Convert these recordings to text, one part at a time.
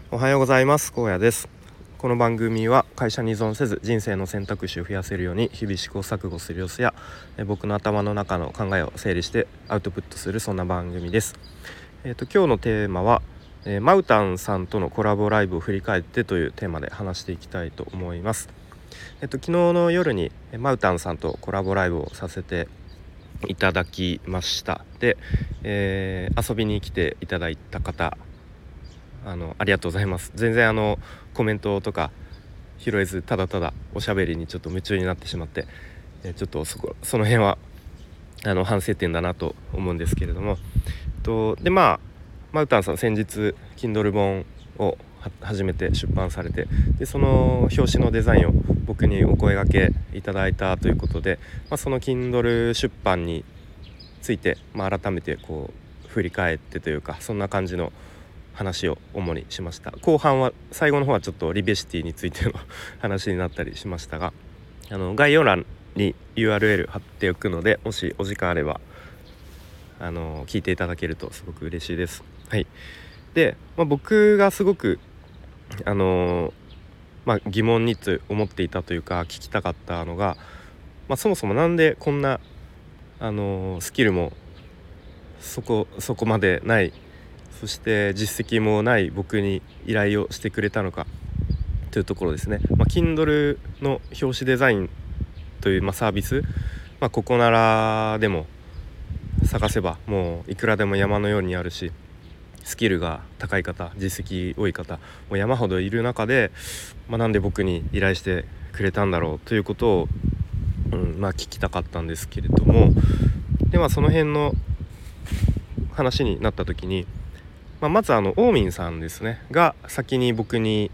おはようございます。荒野です。この番組は会社に依存せず人生の選択肢を増やせるように日々試行錯誤する様子や僕の頭の中の考えを整理してアウトプットするそんな番組です。今日のテーマは、マウタンさんとのコラボライブを振り返ってというテーマで話していきたいと思います。昨日の夜にマウタンさんとコラボライブをさせていただきました。で、遊びに来ていただいた方ありがとうございます。全然コメントとか拾えずただただおしゃべりにちょっと夢中になってしまって、ちょっとその辺は反省点だなと思うんですけれども、でマウタンさん先日 Kindle 本を初めて出版されて、でその表紙のデザインを僕にお声掛けいただいたということで、その Kindle 出版について、改めてこう振り返ってというか、そんな感じの話を主にしました。最後の方はちょっとリベシティについての話になったりしましたが、概要欄に URL 貼っておくので、もしお時間あれば聞いていただけるとすごく嬉しいです。はい。で、僕がすごく疑問にと思っていたというか聞きたかったのが、そもそもなんでこんなスキルもそこまでない、そして実績もない僕に依頼をしてくれたのかというところですね。Kindle の表紙デザインという、サービス、ここならでも探せばもういくらでも山のようにあるし、スキルが高い方、実績多い方も山ほどいる中で、なんで僕に依頼してくれたんだろうということを、聞きたかったんですけれども、でその辺の話になった時に、まずオーミンさんですねが先に僕に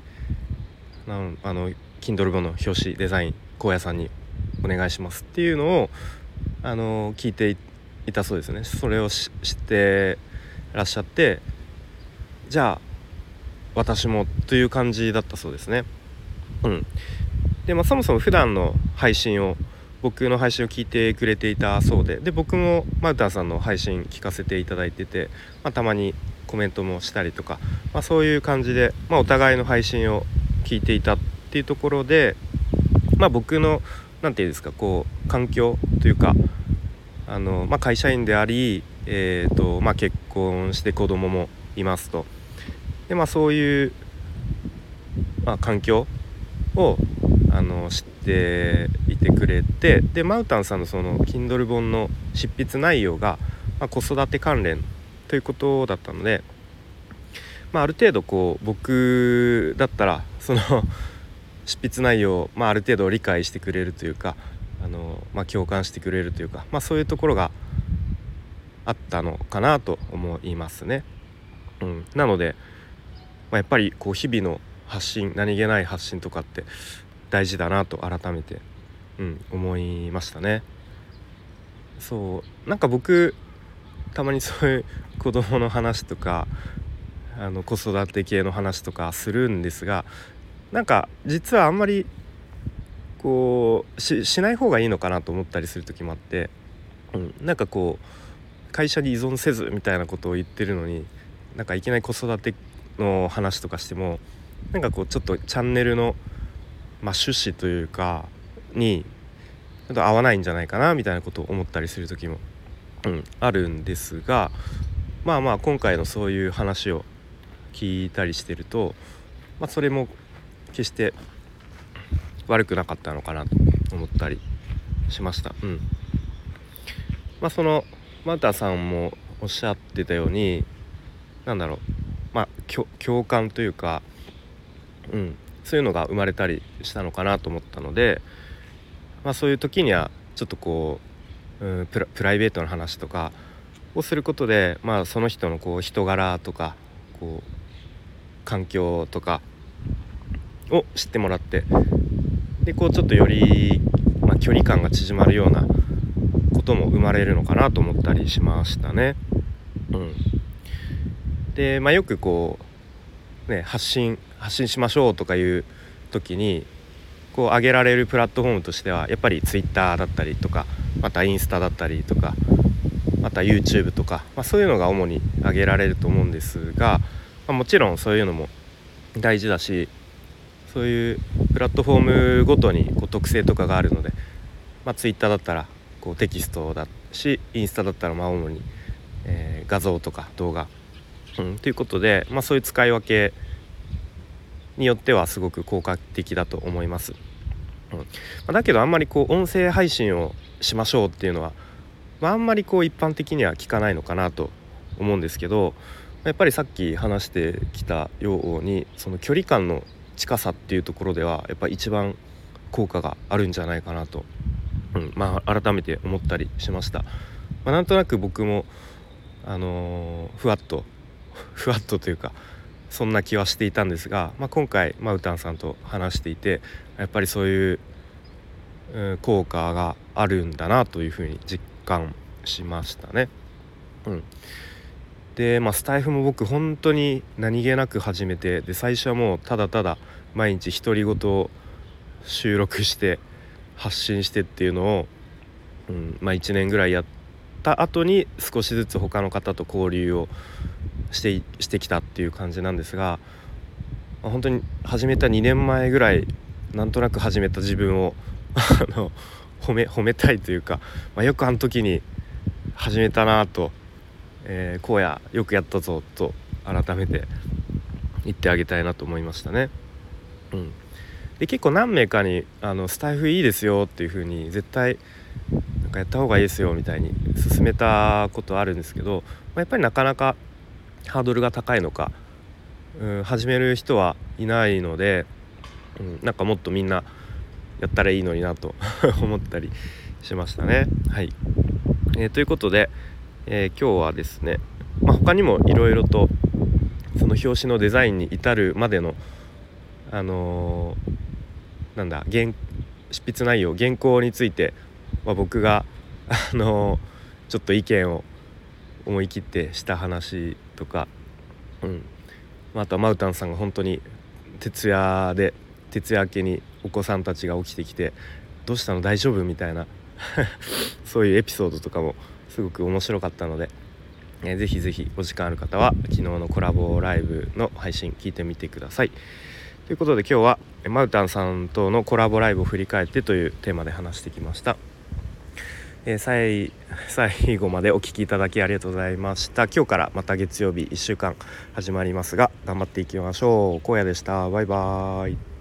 Kindle 本の表紙デザイン荒野さんにお願いしますっていうのを聞いていたそうですね。それを知ってらっしゃって、じゃあ私もという感じだったそうですね。で、そもそも普段の僕の配信を聞いてくれていたそうで、僕もマウタンさんの配信聞かせていただいてて、たまにコメントもしたりとか、そういう感じで、お互いの配信を聞いていたっていうところで、僕のなんていうんですか、こう環境というか会社員であり、結婚して子供もいますと。でそういう、環境を知っていてくれて、でマウタンさんのその Kindle 本の執筆内容が、子育て関連ということだったので、ある程度こう僕だったらその執筆内容を、ある程度理解してくれるというか共感してくれるというか、そういうところがあったのかなと思いますね。なので、やっぱりこう日々の発信、何気ない発信とかって大事だなと改めて、思いましたね。なんか僕たまにそういう子供の話とか子育て系の話とかするんですが、なんか実はあんまりこう しない方がいいのかなと思ったりする時もあって、なんかこう会社に依存せずみたいなことを言ってるのに、なんかいきなり子育ての話とかしても、なんかこうちょっとチャンネルの、趣旨というかにちょっと合わないんじゃないかなみたいなことを思ったりする時も、あるんですが、今回のそういう話を聞いたりしてると、それも決して悪くなかったのかなと思ったりしました。そのマタさんもおっしゃってたように、なんだろう、共感というか、そういうのが生まれたりしたのかなと思ったので、そういう時にはちょっとこう、プライベートな話とかをすることで、その人のこう人柄とかこう環境とかを知ってもらって、でこうちょっとより、距離感が縮まるようなことも生まれるのかなと思ったりしましたね。で、よくこうね発信しましょうとかいう時にこう上げられるプラットフォームとしてはやっぱり Twitter だったりとか、またインスタだったりとか、また YouTube とか、そういうのが主に上げられると思うんですが、もちろんそういうのも大事だし、そういうプラットフォームごとにこう特性とかがあるので、ツイッターだったらこうテキストだし、インスタだったら主に、画像とか動画、ということで、そういう使い分けによってはすごく効果的だと思います。だけどあんまりこう音声配信をしましょうっていうのは、あんまりこう一般的には聞かないのかなと思うんですけど、やっぱりさっき話してきたようにその距離感の近さっていうところではやっぱ一番効果があるんじゃないかなと、改めて思ったりしました。なんとなく僕もふわっとというかそんな気はしていたんですが、今回マウタンさんと話していてやっぱりそういう、効果があるんだなというふうに実感しましたね。で、スタイフも僕本当に何気なく始めて、で最初はもうただただ毎日独り言を収録して発信してっていうのを、1年ぐらいやった後に少しずつ他の方と交流をしてきたっていう感じなんですが、本当に始めた2年前ぐらいなんとなく始めた自分を褒めたいというか、よくあの時に始めたなと、こうやよくやったぞと改めて言ってあげたいなと思いましたね。で結構何名かにスタイフいいですよっていう風に絶対なんかやった方がいいですよみたいに勧めたことあるんですけど、やっぱりなかなかハードルが高いのか、始める人はいないので、なんかもっとみんなやったらいいのになと思ったりしましたね。はい、ということで、今日はですね、他にもいろいろとその表紙のデザインに至るまでの執筆内容原稿について、僕がちょっと意見を思い切ってした話とか、あとはマウタンさんが本当に徹夜明けにお子さんたちが起きてきてどうしたの大丈夫みたいなそういうエピソードとかもすごく面白かったので、ぜひぜひお時間ある方は昨日のコラボライブの配信聞いてみてください。ということで今日はマウタンさんとのコラボライブを振り返ってというテーマで話してきました。最後までお聞きいただきありがとうございました。今日からまた月曜日1週間始まりますが頑張っていきましょう。荒野でした。バイバーイ。